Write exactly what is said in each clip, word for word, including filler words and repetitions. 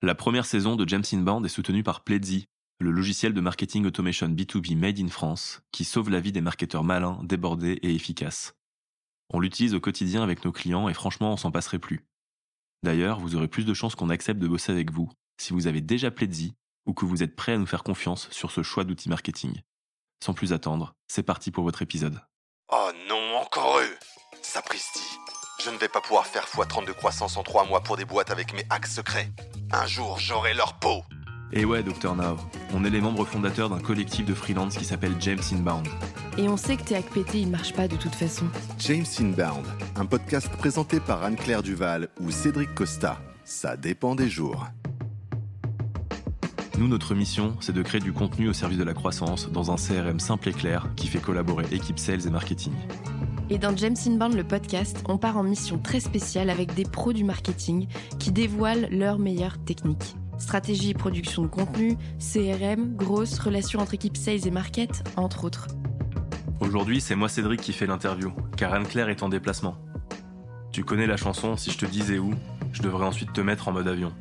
La première saison de James Inbound est soutenue par Pledzi, le logiciel de marketing automation B deux B made in France, qui sauve la vie des marketeurs malins, débordés et efficaces. On l'utilise au quotidien avec nos clients et franchement, on s'en passerait plus. D'ailleurs, vous aurez plus de chances qu'on accepte de bosser avec vous si vous avez déjà Pledzi ou que vous êtes prêt à nous faire confiance sur ce choix d'outils marketing. Sans plus attendre, c'est parti pour votre épisode. Oh non, encore eux! Sapristi! Je ne vais pas pouvoir faire fois trente de croissance en trois mois pour des boîtes avec mes hacks secrets. Un jour, j'aurai leur peau! Et ouais, docteur Now, on est les membres fondateurs d'un collectif de freelance qui s'appelle James Inbound. Et on sait que tes hacks pétés, ils marchent pas de toute façon. James Inbound, un podcast présenté par Anne-Claire Duval ou Cédric Costa. Ça dépend des jours. Nous, notre mission, c'est de créer du contenu au service de la croissance dans un C R M simple et clair qui fait collaborer équipe sales et marketing. Et dans James Inbound, le podcast, on part en mission très spéciale avec des pros du marketing qui dévoilent leurs meilleures techniques. Stratégie et production de contenu, C R M, grosses relations entre équipes sales et market, entre autres. Aujourd'hui, c'est moi Cédric qui fait l'interview, car Anne-Claire est en déplacement. Tu connais la chanson « Si je te disais où », je devrais ensuite te mettre en mode avion.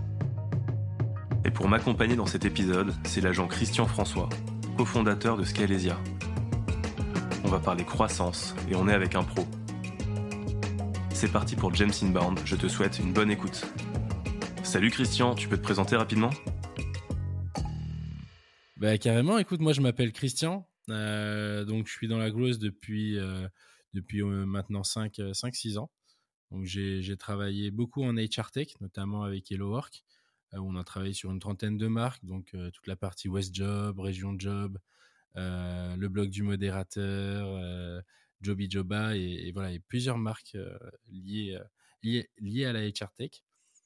Et pour m'accompagner dans cet épisode, c'est l'agent Christian François, cofondateur de Scalesia. On va parler croissance et on est avec un pro. C'est parti pour James Inbound, je te souhaite une bonne écoute. Salut Christian, tu peux te présenter rapidement ? Bah carrément, écoute, moi je m'appelle Christian, euh, donc je suis dans la growth depuis, euh, depuis euh, maintenant cinq six ans. Donc j'ai, j'ai travaillé beaucoup en H R Tech, notamment avec HelloWork, euh, où on a travaillé sur une trentaine de marques, donc euh, toute la partie West Job, Région Job, euh, le blog du modérateur, euh, Joby Joba, et, et voilà, et plusieurs marques euh, liées, euh, liées, liées à la H R Tech.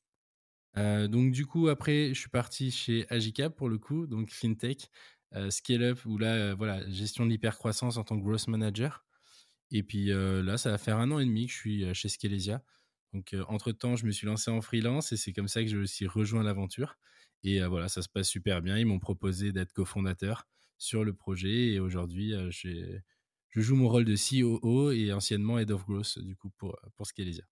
Euh, donc du coup après je suis parti chez Agicap pour le coup, donc FinTech, euh, Scale Up, où là euh, voilà, gestion de l'hypercroissance en tant que growth manager. Et puis euh, là ça va faire un an et demi que je suis euh, chez Scalesia. Donc euh, entre temps je me suis lancé en freelance et c'est comme ça que j'ai aussi rejoint l'aventure. Et euh, voilà, ça se passe super bien. Ils m'ont proposé d'être cofondateur sur le projet et aujourd'hui euh, j'ai, je joue mon rôle de C O O et anciennement Head of Growth du coup pour, pour Scalesia.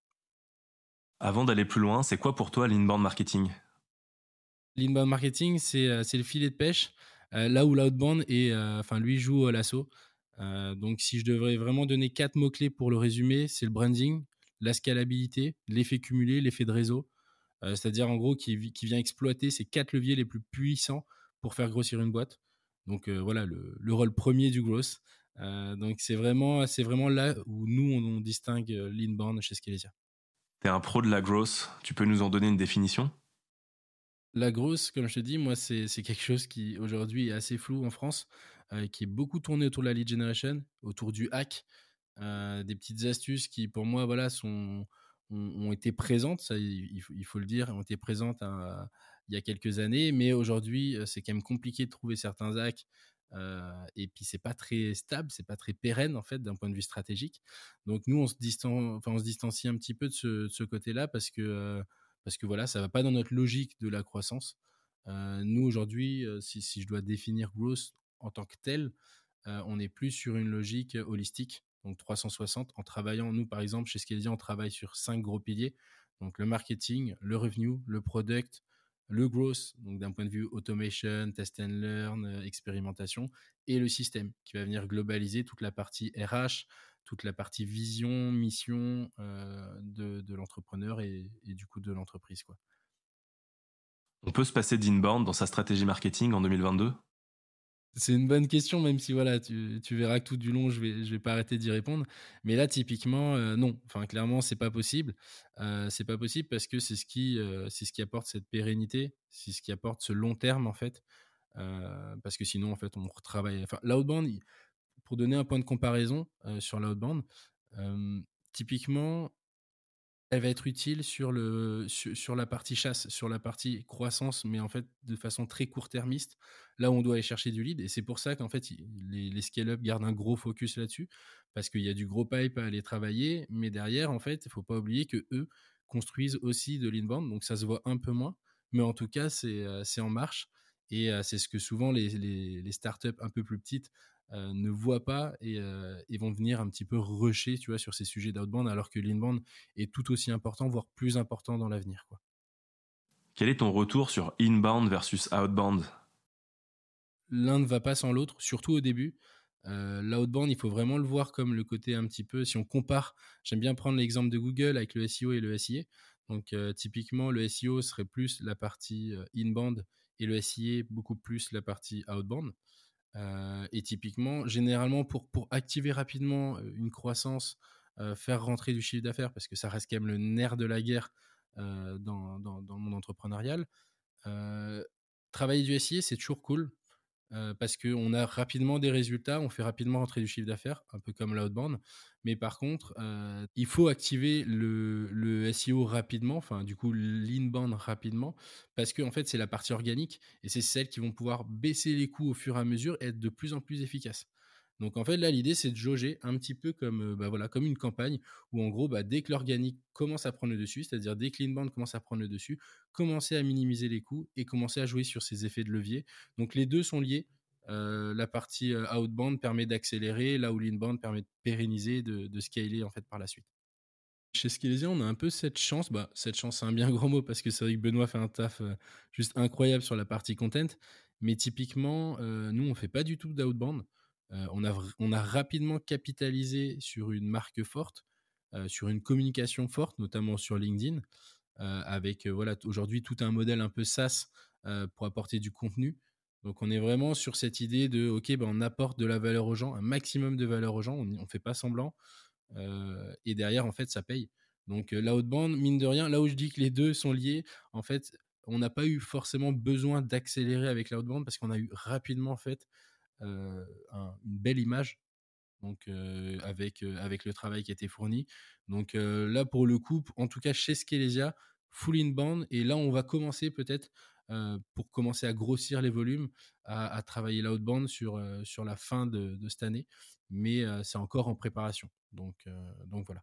Avant d'aller plus loin, c'est quoi pour toi l'inbound marketing ? L'inbound marketing, c'est, euh, c'est le filet de pêche, euh, là où l'outbound est, euh, enfin, lui joue à l'assaut. Euh, donc, si je devrais vraiment donner quatre mots-clés pour le résumer, c'est le branding, la scalabilité, l'effet cumulé, l'effet de réseau. Euh, c'est-à-dire, en gros, qui, qui vient exploiter ces quatre leviers les plus puissants pour faire grossir une boîte. Donc, euh, voilà, le, le rôle premier du growth. Euh, donc, c'est vraiment, c'est vraiment là où nous, on, on distingue l'inbound chez Scalesia. T'es un pro de la growth, tu peux nous en donner une définition ? La grosse, comme je te dis, moi, c'est, c'est quelque chose qui, aujourd'hui, est assez flou en France, euh, qui est beaucoup tourné autour de la lead generation, autour du hack, euh, des petites astuces qui, pour moi, voilà, sont, ont, ont été présentes, ça, il, il, faut, il faut le dire, ont été présentes hein, il y a quelques années, mais aujourd'hui, c'est quand même compliqué de trouver certains hacks, euh, et puis c'est pas très stable, c'est pas très pérenne, en fait, d'un point de vue stratégique. Donc, nous, on se, distan- enfin, on se distancie un petit peu de ce, de ce côté-là parce que... Euh, parce que voilà, ça va pas dans notre logique de la croissance. Euh, nous, aujourd'hui, euh, si, si je dois définir growth en tant que tel, euh, on est plus sur une logique holistique, donc trois cent soixante, en travaillant, nous, par exemple, chez Scalesia, on travaille sur cinq gros piliers, donc le marketing, le revenue, le product, le growth, donc d'un point de vue automation, test and learn, euh, expérimentation, et le système, qui va venir globaliser toute la partie R H, toute la partie vision, mission euh, de, de l'entrepreneur et, et du coup de l'entreprise, quoi. On peut se passer d'inbound dans sa stratégie marketing en deux mille vingt-deux ? C'est une bonne question, même si voilà, tu, tu verras que tout du long, je vais, je vais pas arrêter d'y répondre. Mais là, typiquement, euh, non. Enfin, clairement, c'est pas possible. Euh, c'est pas possible parce que c'est ce qui, euh, c'est ce qui apporte cette pérennité, c'est ce qui apporte ce long terme en fait. Euh, parce que sinon, en fait, on retravaille. Enfin, l'outbound, il- pour donner un point de comparaison euh, sur l'outbound, euh, typiquement, elle va être utile sur, le, sur, sur la partie chasse, sur la partie croissance, mais en fait de façon très court-termiste, là où on doit aller chercher du lead. Et c'est pour ça qu'en fait, les, les scale-up gardent un gros focus là-dessus, parce qu'il y a du gros pipe à aller travailler, mais derrière, en fait, il ne faut pas oublier qu'eux construisent aussi de l'inbound, donc ça se voit un peu moins, mais en tout cas, c'est, euh, c'est en marche. Et euh, c'est ce que souvent les, les, les startups un peu plus petites euh, ne voient pas et, euh, et vont venir un petit peu rusher, tu vois, sur ces sujets d'outbound, alors que l'inbound est tout aussi important, voire plus important dans l'avenir, quoi. Quel est ton retour sur inbound versus outbound ? L'un ne va pas sans l'autre, surtout au début. Euh, l'outbound, il faut vraiment le voir comme le côté un petit peu, si on compare, j'aime bien prendre l'exemple de Google avec le S E O et le S I A. Donc euh, typiquement, le S E O serait plus la partie euh, inbound et le S I A beaucoup plus la partie outbound. Euh, et typiquement, généralement, pour, pour activer rapidement une croissance, euh, faire rentrer du chiffre d'affaires, parce que ça reste quand même le nerf de la guerre euh, dans, dans, dans le monde entrepreneurial, euh, travailler du S I A, c'est toujours cool. Euh, parce qu'on a rapidement des résultats, on fait rapidement rentrer du chiffre d'affaires, un peu comme l'outbound. Mais par contre, euh, il faut activer le, le S E O rapidement, enfin du coup l'inbound rapidement, parce que en fait c'est la partie organique et c'est celles qui vont pouvoir baisser les coûts au fur et à mesure et être de plus en plus efficaces. Donc en fait là l'idée c'est de jauger un petit peu comme, euh, bah, voilà, comme une campagne où en gros bah, dès que l'organique commence à prendre le dessus, c'est-à-dire dès que l'inbound commence à prendre le dessus, commencer à minimiser les coûts et commencer à jouer sur ces effets de levier. Donc les deux sont liés. Euh, la partie euh, outbound permet d'accélérer, là où l'inbound permet de pérenniser, de, de scaler en fait par la suite. Chez Skelesia, on a un peu cette chance, bah cette chance c'est un bien grand mot parce que c'est vrai que Benoît fait un taf euh, juste incroyable sur la partie content, mais typiquement euh, nous on fait pas du tout d'outbound. Euh, on, a, on a rapidement capitalisé sur une marque forte, euh, sur une communication forte, notamment sur LinkedIn, euh, avec euh, voilà aujourd'hui tout un modèle un peu SaaS euh, pour apporter du contenu. Donc on est vraiment sur cette idée de ok ben on apporte de la valeur aux gens, un maximum de valeur aux gens, on ne fait pas semblant euh, et derrière en fait ça paye. Donc euh, l'outbound, mine de rien, là où je dis que les deux sont liés, en fait on n'a pas eu forcément besoin d'accélérer avec l'outbound parce qu'on a eu rapidement en fait euh, un, une belle image donc euh, avec euh, avec le travail qui a été fourni. Donc euh, là pour le coup, en tout cas chez Skelesia, full inbound et là on va commencer peut-être euh, pour commencer à grossir les volumes, à, à travailler l'outbound sur euh, sur la fin de, de cette année, mais euh, c'est encore en préparation. Donc euh, donc voilà.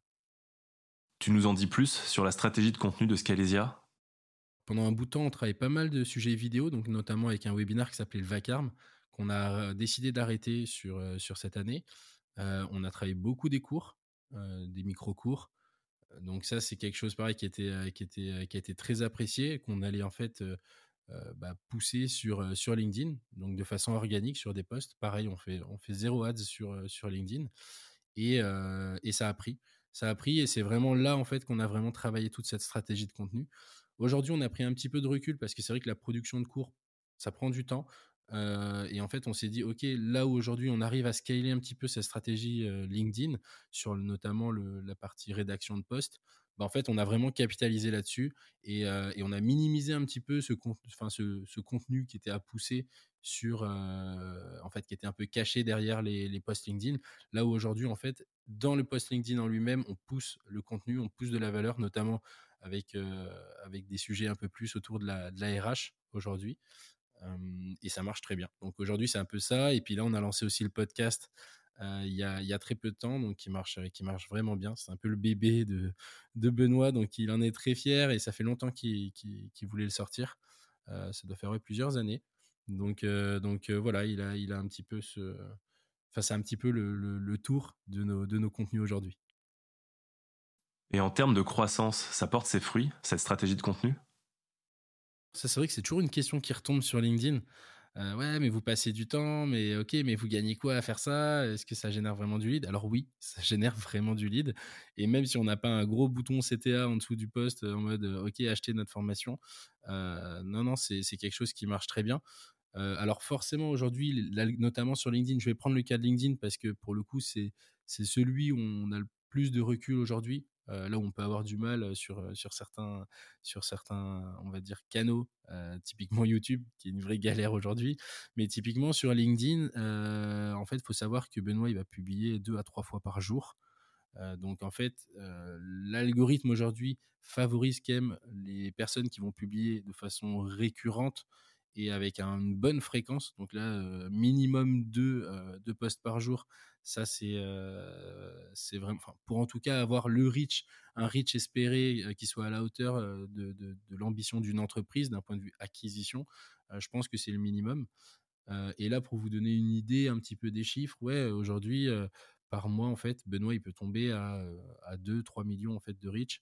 Tu nous en dis plus sur la stratégie de contenu de Skelesia ? Pendant un bout de temps, on travaillait pas mal de sujets vidéo, donc notamment avec un webinaire qui s'appelait le Vacarme, qu'on a décidé d'arrêter sur, euh, sur cette année. Euh, on a travaillé beaucoup des cours, euh, des micro-cours. Donc ça, c'est quelque chose pareil qui était, euh, qui était, euh, qui a été très apprécié, qu'on allait en fait euh, euh, bah, pousser sur, euh, sur LinkedIn, donc de façon organique sur des posts. Pareil, on fait, on fait zéro ads sur, euh, sur LinkedIn et, euh, et ça a pris. Ça a pris et c'est vraiment là en fait qu'on a vraiment travaillé toute cette stratégie de contenu. Aujourd'hui, on a pris un petit peu de recul parce que c'est vrai que la production de cours, ça prend du temps. Euh, et en fait, on s'est dit, OK, là où aujourd'hui on arrive à scaler un petit peu cette stratégie euh, LinkedIn sur le, notamment le, la partie rédaction de posts, bah, en fait, on a vraiment capitalisé là-dessus et, euh, et on a minimisé un petit peu ce, con, enfin, ce, ce contenu qui était à pousser sur, euh, en fait, qui était un peu caché derrière les, les posts LinkedIn. Là où aujourd'hui, en fait, dans le post LinkedIn en lui-même, on pousse le contenu, on pousse de la valeur, notamment avec, euh, avec des sujets un peu plus autour de la, de la R H aujourd'hui. Euh, et ça marche très bien. Donc aujourd'hui, c'est un peu ça. Et puis là, on a lancé aussi le podcast euh, il, y a, il y a très peu de temps, donc qui marche, qui marche vraiment bien. C'est un peu le bébé de, de Benoît, donc il en est très fier et ça fait longtemps qu'il, qu'il, qu'il voulait le sortir. Euh, ça doit faire ouais, plusieurs années. Donc, euh, donc euh, voilà, il a, il a un petit peu ce... Enfin, c'est un petit peu le, le, le tour de nos, de nos contenus aujourd'hui. Et en termes de croissance, ça porte ses fruits, cette stratégie de contenu ? Ça, c'est vrai que c'est toujours une question qui retombe sur LinkedIn. Euh, ouais, mais vous passez du temps, mais ok, mais vous gagnez quoi à faire ça? Est-ce que ça génère vraiment du lead? Alors oui, ça génère vraiment du lead. Et même si on n'a pas un gros bouton C T A en dessous du post en mode ok, achetez notre formation, euh, non, non, c'est, c'est quelque chose qui marche très bien. Euh, alors forcément aujourd'hui, là, notamment sur LinkedIn, je vais prendre le cas de LinkedIn parce que pour le coup, c'est, c'est celui où on a le plus de recul aujourd'hui. Euh, là où on peut avoir du mal sur, sur, certains, sur certains, on va dire, canaux, euh, typiquement YouTube, qui est une vraie galère aujourd'hui. Mais typiquement sur LinkedIn, euh, en fait, il faut savoir que Benoît, il va publier deux à trois fois par jour. Euh, donc en fait, euh, l'algorithme aujourd'hui favorise quand même les personnes qui vont publier de façon récurrente et avec une bonne fréquence. Donc là, euh, minimum deux, euh, deux posts par jour. Ça, c'est, euh, c'est vraiment, enfin, pour en tout cas avoir le reach, un reach espéré euh, qui soit à la hauteur euh, de, de, de l'ambition d'une entreprise d'un point de vue acquisition. Euh, je pense que c'est le minimum. Euh, et là, pour vous donner une idée un petit peu des chiffres, ouais, aujourd'hui, euh, par mois, en fait, Benoît, il peut tomber à, à deux trois millions en fait, de reach.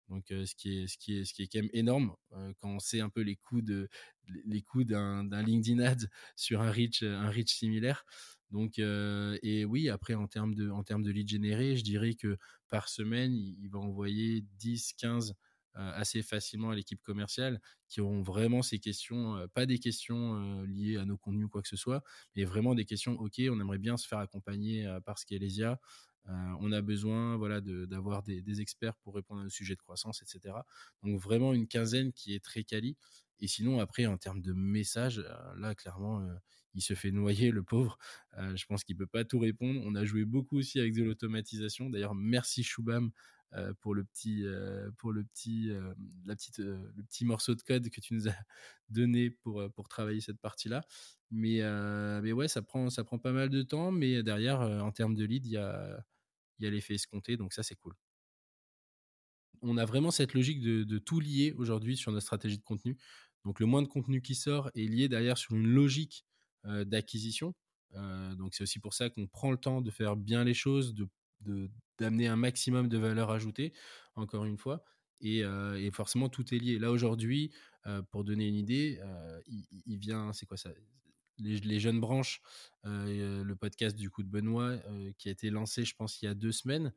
Donc, euh, ce, qui est, ce, qui est, ce qui est quand même énorme euh, quand on sait un peu les coûts, de, les coûts d'un, d'un LinkedIn Ads sur un reach, un reach similaire. Donc, euh, et oui, après, en termes de, en termes de lead généré, je dirais que par semaine, il, il va envoyer dix, quinze euh, assez facilement à l'équipe commerciale qui auront vraiment ces questions, euh, pas des questions euh, liées à nos contenus ou quoi que ce soit, mais vraiment des questions, ok, on aimerait bien se faire accompagner euh, par Scalesia. Euh, on a besoin voilà, de, d'avoir des, des experts pour répondre à nos sujets de croissance, et cetera. Donc vraiment une quinzaine qui est très quali. Et sinon, après, en termes de messages, euh, là, clairement, euh, il se fait noyer, le pauvre. Euh, je pense qu'il ne peut pas tout répondre. On a joué beaucoup aussi avec de l'automatisation. D'ailleurs, merci Shubham euh, pour le petit, euh, pour le petit, euh, la petite, euh, le petit morceau de code que tu nous as donné pour, pour travailler cette partie-là. Mais, euh, mais ouais, ça prend, ça prend pas mal de temps. Mais derrière, euh, en termes de lead, il y a il y a l'effet escompté, donc ça c'est cool. On a vraiment cette logique de, de tout lier aujourd'hui sur notre stratégie de contenu. Donc le moins de contenu qui sort est lié derrière sur une logique euh, d'acquisition. Euh, donc c'est aussi pour ça qu'on prend le temps de faire bien les choses, de, de, d'amener un maximum de valeur ajoutée, encore une fois. Et, euh, et forcément tout est lié. Là aujourd'hui, euh, pour donner une idée, euh, il, il vient, c'est quoi ça les, les jeunes branches, euh, le podcast du coup de Benoît, euh, qui a été lancé, je pense, il y a deux semaines,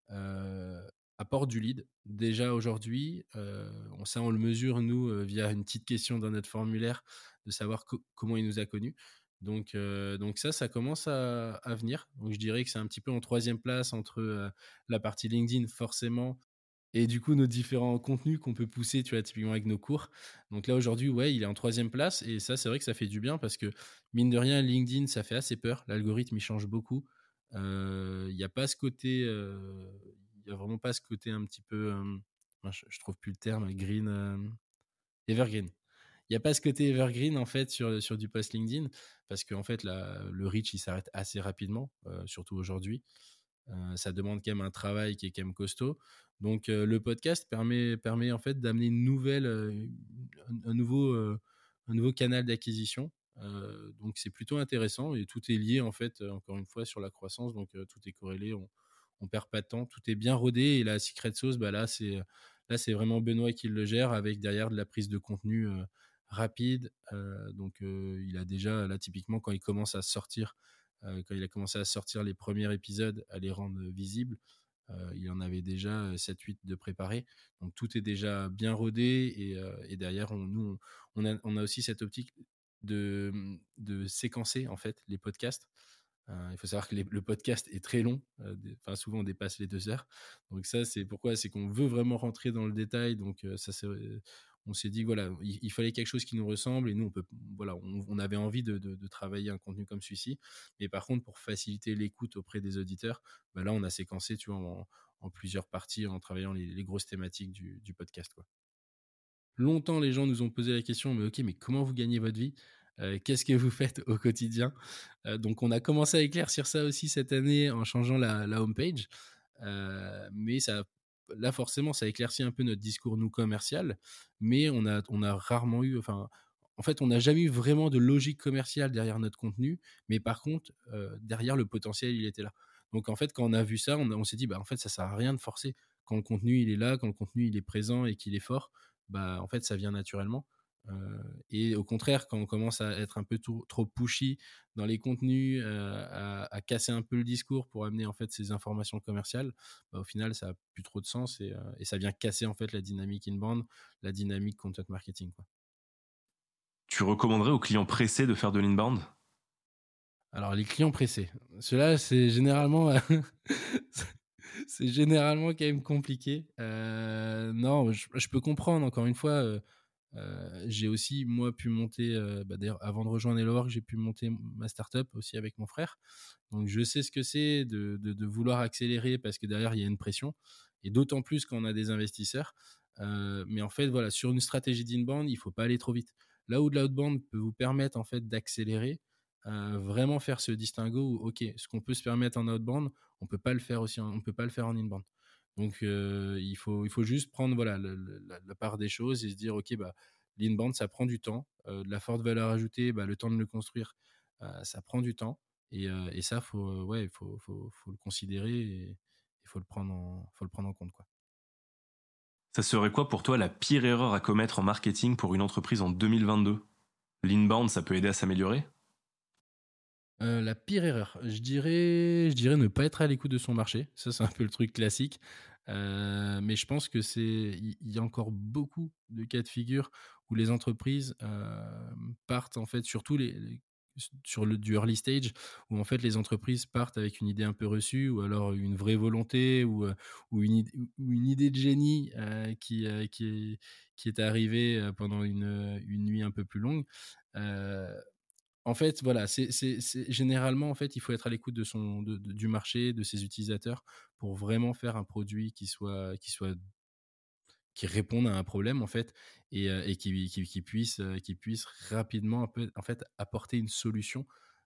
euh, apporte du lead. Déjà aujourd'hui, euh, on, ça on le mesure nous euh, via une petite question dans notre formulaire de savoir co- comment il nous a connus. Donc, euh, donc ça, ça commence à, à venir. Donc je dirais que c'est un petit peu en troisième place entre euh, la partie LinkedIn forcément et du coup nos différents contenus qu'on peut pousser, tu vois, typiquement avec nos cours. Donc là aujourd'hui, ouais, il est en troisième place et ça, c'est vrai que ça fait du bien parce que mine de rien, LinkedIn, ça fait assez peur. L'algorithme, il change beaucoup. Il euh, n'y a pas ce côté, il euh, y a vraiment pas ce côté un petit peu, euh, je, je trouve plus le terme, green, euh, evergreen. Il n'y a pas ce côté evergreen en fait sur, sur du post LinkedIn parce qu'en fait la, le reach il s'arrête assez rapidement, euh, surtout aujourd'hui. Euh, ça demande quand même un travail qui est quand même costaud. Donc euh, le podcast permet, permet en fait d'amener une nouvelle, euh, un, un, nouveau, euh, un nouveau canal d'acquisition. Euh, donc c'est plutôt intéressant et tout est lié en fait, euh, encore une fois, sur la croissance. Donc euh, tout est corrélé, on, on perd pas de temps, tout est bien rodé. Et la secret sauce, bah là c'est là c'est vraiment Benoît qui le gère avec derrière de la prise de contenu euh, rapide. Euh, donc euh, il a déjà là typiquement quand il commence à sortir euh, quand il a commencé à sortir les premiers épisodes, à les rendre visibles, euh, il en avait déjà sept huit de préparés. Donc tout est déjà bien rodé et, euh, et derrière, on, nous, on a, on a aussi cette optique de, de séquencer en fait les podcasts. Euh, il faut savoir que les, le podcast est très long. Euh, enfin, souvent, on dépasse les deux heures. Donc ça, c'est pourquoi c'est qu'on veut vraiment rentrer dans le détail. Donc euh, ça, c'est, on s'est dit voilà, il, il, fallait quelque chose qui nous ressemble et nous, on peut, voilà, on, on avait envie de, de, de travailler un contenu comme celui-ci. Mais par contre, pour faciliter l'écoute auprès des auditeurs, bah là, on a séquencé, tu vois, en, en plusieurs parties, en travaillant les, les grosses thématiques du, du podcast, quoi. Longtemps, les gens nous ont posé la question, mais ok, mais comment vous gagnez votre vie ? Euh, qu'est-ce que vous faites au quotidien ? euh, Donc, on a commencé à éclaircir ça aussi cette année en changeant la, la homepage. Euh, mais ça, là, forcément, ça éclaircit un peu notre discours, nous, commercial. Mais on a, on a rarement eu... Enfin, en fait, on n'a jamais eu vraiment de logique commerciale derrière notre contenu. Mais par contre, euh, derrière, le potentiel, il était là. Donc, en fait, quand on a vu ça, on, a, on s'est dit, bah, en fait, ça ne sert à rien de forcer. Quand le contenu, il est là, quand le contenu, il est présent et qu'il est fort, bah, en fait, ça vient naturellement. Euh, et au contraire, quand on commence à être un peu tout, trop pushy dans les contenus, euh, à, à casser un peu le discours pour amener en fait ces informations commerciales, bah, au final, ça a plus trop de sens et, euh, et ça vient casser en fait la dynamique inbound, la dynamique content marketing, quoi. Tu recommanderais aux clients pressés de faire de l'inbound ? Alors les clients pressés, ceux-là, c'est généralement c'est généralement quand même compliqué. Euh, non, je, je peux comprendre. Encore une fois. Euh, Euh, j'ai aussi, moi, pu monter, euh, bah, d'ailleurs, avant de rejoindre HelloWork, j'ai pu monter ma startup aussi avec mon frère. Donc, je sais ce que c'est de, de, de vouloir accélérer parce que derrière, il y a une pression. Et d'autant plus quand on a des investisseurs. Euh, mais en fait, voilà, sur une stratégie d'inbound, il ne faut pas aller trop vite. Là où de l'outbound peut vous permettre en fait d'accélérer, euh, vraiment faire ce distinguo où, ok, ce qu'on peut se permettre en outbound, on peut pas le faire aussi, en, on peut pas le faire en inbound. Donc, euh, il, faut, il faut juste prendre voilà, le, le, la, la part des choses et se dire, OK, bah, l'inbound, ça prend du temps. Euh, de la forte valeur ajoutée, bah, le temps de le construire, euh, ça prend du temps. Et, euh, et ça, faut, euh, ouais, il faut, faut, faut le considérer et il faut le prendre en, faut le prendre en compte, quoi. Ça serait quoi pour toi la pire erreur à commettre en marketing pour une entreprise en deux mille vingt-deux ? L'inbound, ça peut aider à s'améliorer ? Euh, la pire erreur, je dirais, je dirais ne pas être à l'écoute de son marché. Ça, c'est un peu le truc classique. Euh, mais je pense que c'est, il y, y a encore beaucoup de cas de figure où les entreprises euh, partent en fait, surtout les, les- sur le du early stage, où en fait les entreprises partent avec une idée un peu reçue, ou alors une vraie volonté, ou, euh, ou, une, id- ou une idée de génie euh, qui, euh, qui, est, qui est arrivée euh, pendant une, une nuit un peu plus longue. Euh, en fait, voilà, c'est, c'est, c'est- généralement, en fait, il faut être à l'écoute de son, de- de- du marché, de ses utilisateurs, pour vraiment faire un produit qui soit, qui soit, qui réponde à un problème, en fait, et, euh, et qui, qui, qui puisse, euh, qui puisse rapidement, un peu, en fait, apporter une solution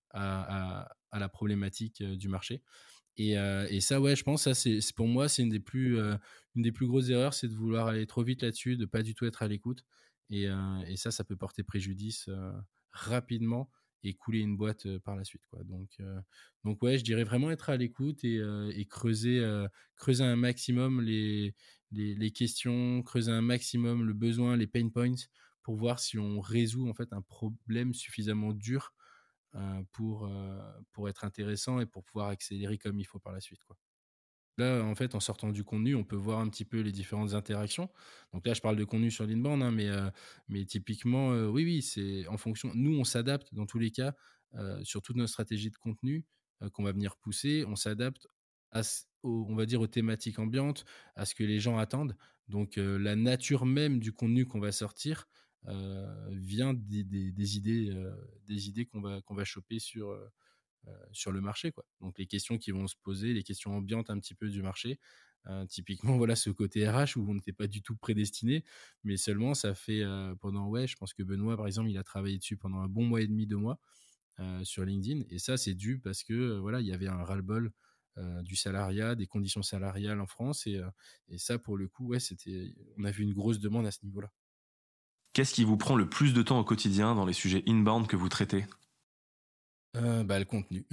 à, à, à la problématique euh, du marché. Et, euh, et ça, ouais, je pense, ça, c'est, c'est- pour moi, c'est une des plus, euh, une des plus grosses erreurs, c'est de vouloir aller trop vite là-dessus, de pas du tout être à l'écoute. Et, euh, et ça, ça peut porter préjudice euh, rapidement et couler une boîte euh, par la suite, quoi. Donc, euh, donc ouais, je dirais vraiment être à l'écoute et, euh, et creuser, euh, creuser un maximum les, les, les questions, creuser un maximum le besoin, les pain points, pour voir si on résout en fait un problème suffisamment dur euh, pour, euh, pour être intéressant et pour pouvoir accélérer comme il faut par la suite, quoi. Là, en fait, en sortant du contenu, on peut voir un petit peu les différentes interactions. Donc là, je parle de contenu sur l'inbound, hein, mais, euh, mais typiquement, euh, oui, oui, c'est en fonction. Nous, on s'adapte dans tous les cas euh, sur toute notre stratégie de contenu euh, qu'on va venir pousser. On s'adapte à, ce- aux- on va dire, aux thématiques ambiantes, à ce que les gens attendent. Donc, euh, la nature même du contenu qu'on va sortir euh, vient des, des- des idées, euh, des idées qu'on va, qu'on va choper sur, euh, euh, sur le marché, quoi. Donc les questions qui vont se poser, les questions ambiantes un petit peu du marché. Euh, typiquement, voilà ce côté R H où on n'était pas du tout prédestiné, mais seulement ça fait euh, pendant, ouais, je pense que Benoît, par exemple, il a travaillé dessus pendant un bon mois et demi, deux mois euh, sur LinkedIn. Et ça, c'est dû parce que euh, voilà, il y avait un ras-le-bol euh, du salariat, des conditions salariales en France. Et, euh, et ça, pour le coup, ouais, c'était, on a vu une grosse demande à ce niveau-là. Qu'est-ce qui vous prend le plus de temps au quotidien dans les sujets inbound que vous traitez ? Euh, bah, le contenu.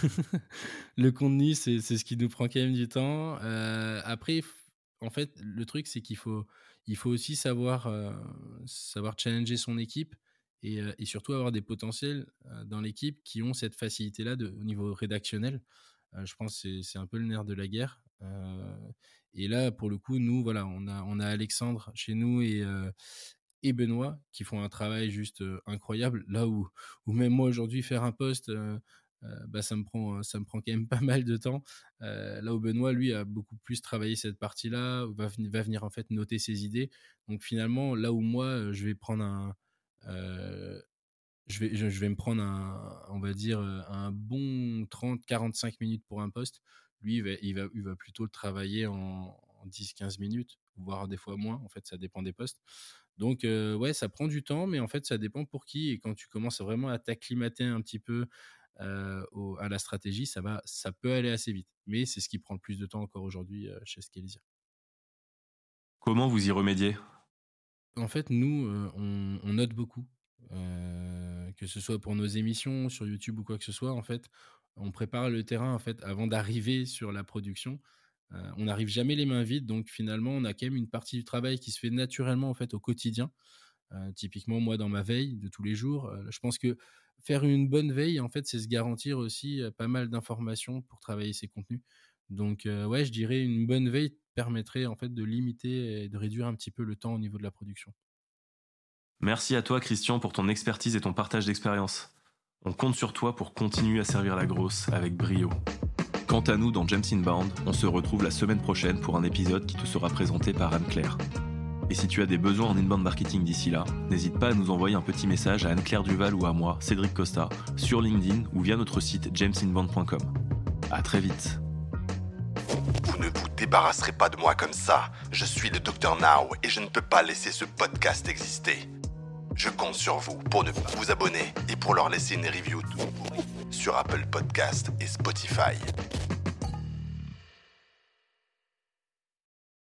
Le contenu, c'est, c'est ce qui nous prend quand même du temps. Euh, après, f- en fait, le truc, c'est qu'il faut, il faut aussi savoir, euh, savoir challenger son équipe et, euh, et surtout avoir des potentiels euh, dans l'équipe qui ont cette facilité-là de, au niveau rédactionnel. Euh, je pense que c'est, c'est un peu le nerf de la guerre. Euh, et là, pour le coup, nous, voilà, on a, on a Alexandre chez nous et, euh, et Benoît qui font un travail juste euh, incroyable. Là où, où même moi aujourd'hui faire un post, euh, euh, bah, ça me prend, ça me prend quand même pas mal de temps. Euh, là où Benoît lui a beaucoup plus travaillé cette partie-là, va, va venir en fait noter ses idées. Donc finalement, là où moi euh, je vais prendre un, euh, je vais, je, je vais me prendre un, on va dire euh, un bon trente quarante-cinq minutes pour un post. Lui, il va, il va, il va plutôt le travailler en, en dix quinze minutes, voire des fois moins. En fait, ça dépend des postes. Donc, euh, ouais, ça prend du temps, mais en fait, ça dépend pour qui. Et quand tu commences vraiment à t'acclimater un petit peu euh, au- à la stratégie, ça va, ça peut aller assez vite. Mais c'est ce qui prend le plus de temps encore aujourd'hui euh, chez Scalisia. Comment vous y remédiez ? En fait, nous, euh, on, on note beaucoup, euh, que ce soit pour nos émissions sur YouTube ou quoi que ce soit. En fait, on prépare le terrain en fait avant d'arriver sur la production. Euh, on n'arrive jamais les mains vides, donc finalement, on a quand même une partie du travail qui se fait naturellement en fait au quotidien. Euh, typiquement, moi, dans ma veille de tous les jours, euh, je pense que faire une bonne veille, en fait, c'est se garantir aussi euh, pas mal d'informations pour travailler ses contenus. Donc, euh, ouais, je dirais une bonne veille permettrait en fait de limiter et de réduire un petit peu le temps au niveau de la production. Merci à toi, Christian, pour ton expertise et ton partage d'expérience. On compte sur toi pour continuer à servir la grosse avec brio. Quant à nous, dans James Inbound, on se retrouve la semaine prochaine pour un épisode qui te sera présenté par Anne-Claire. Et si tu as des besoins en inbound marketing d'ici là, n'hésite pas à nous envoyer un petit message à Anne-Claire Duval ou à moi, Cédric Costa, sur LinkedIn ou via notre site james inbound point com. À très vite. Vous ne vous débarrasserez pas de moi comme ça. Je suis le docteur Now et je ne peux pas laisser ce podcast exister. Je compte sur vous pour ne pas vous abonner et pour leur laisser une review sur Apple Podcast et Spotify.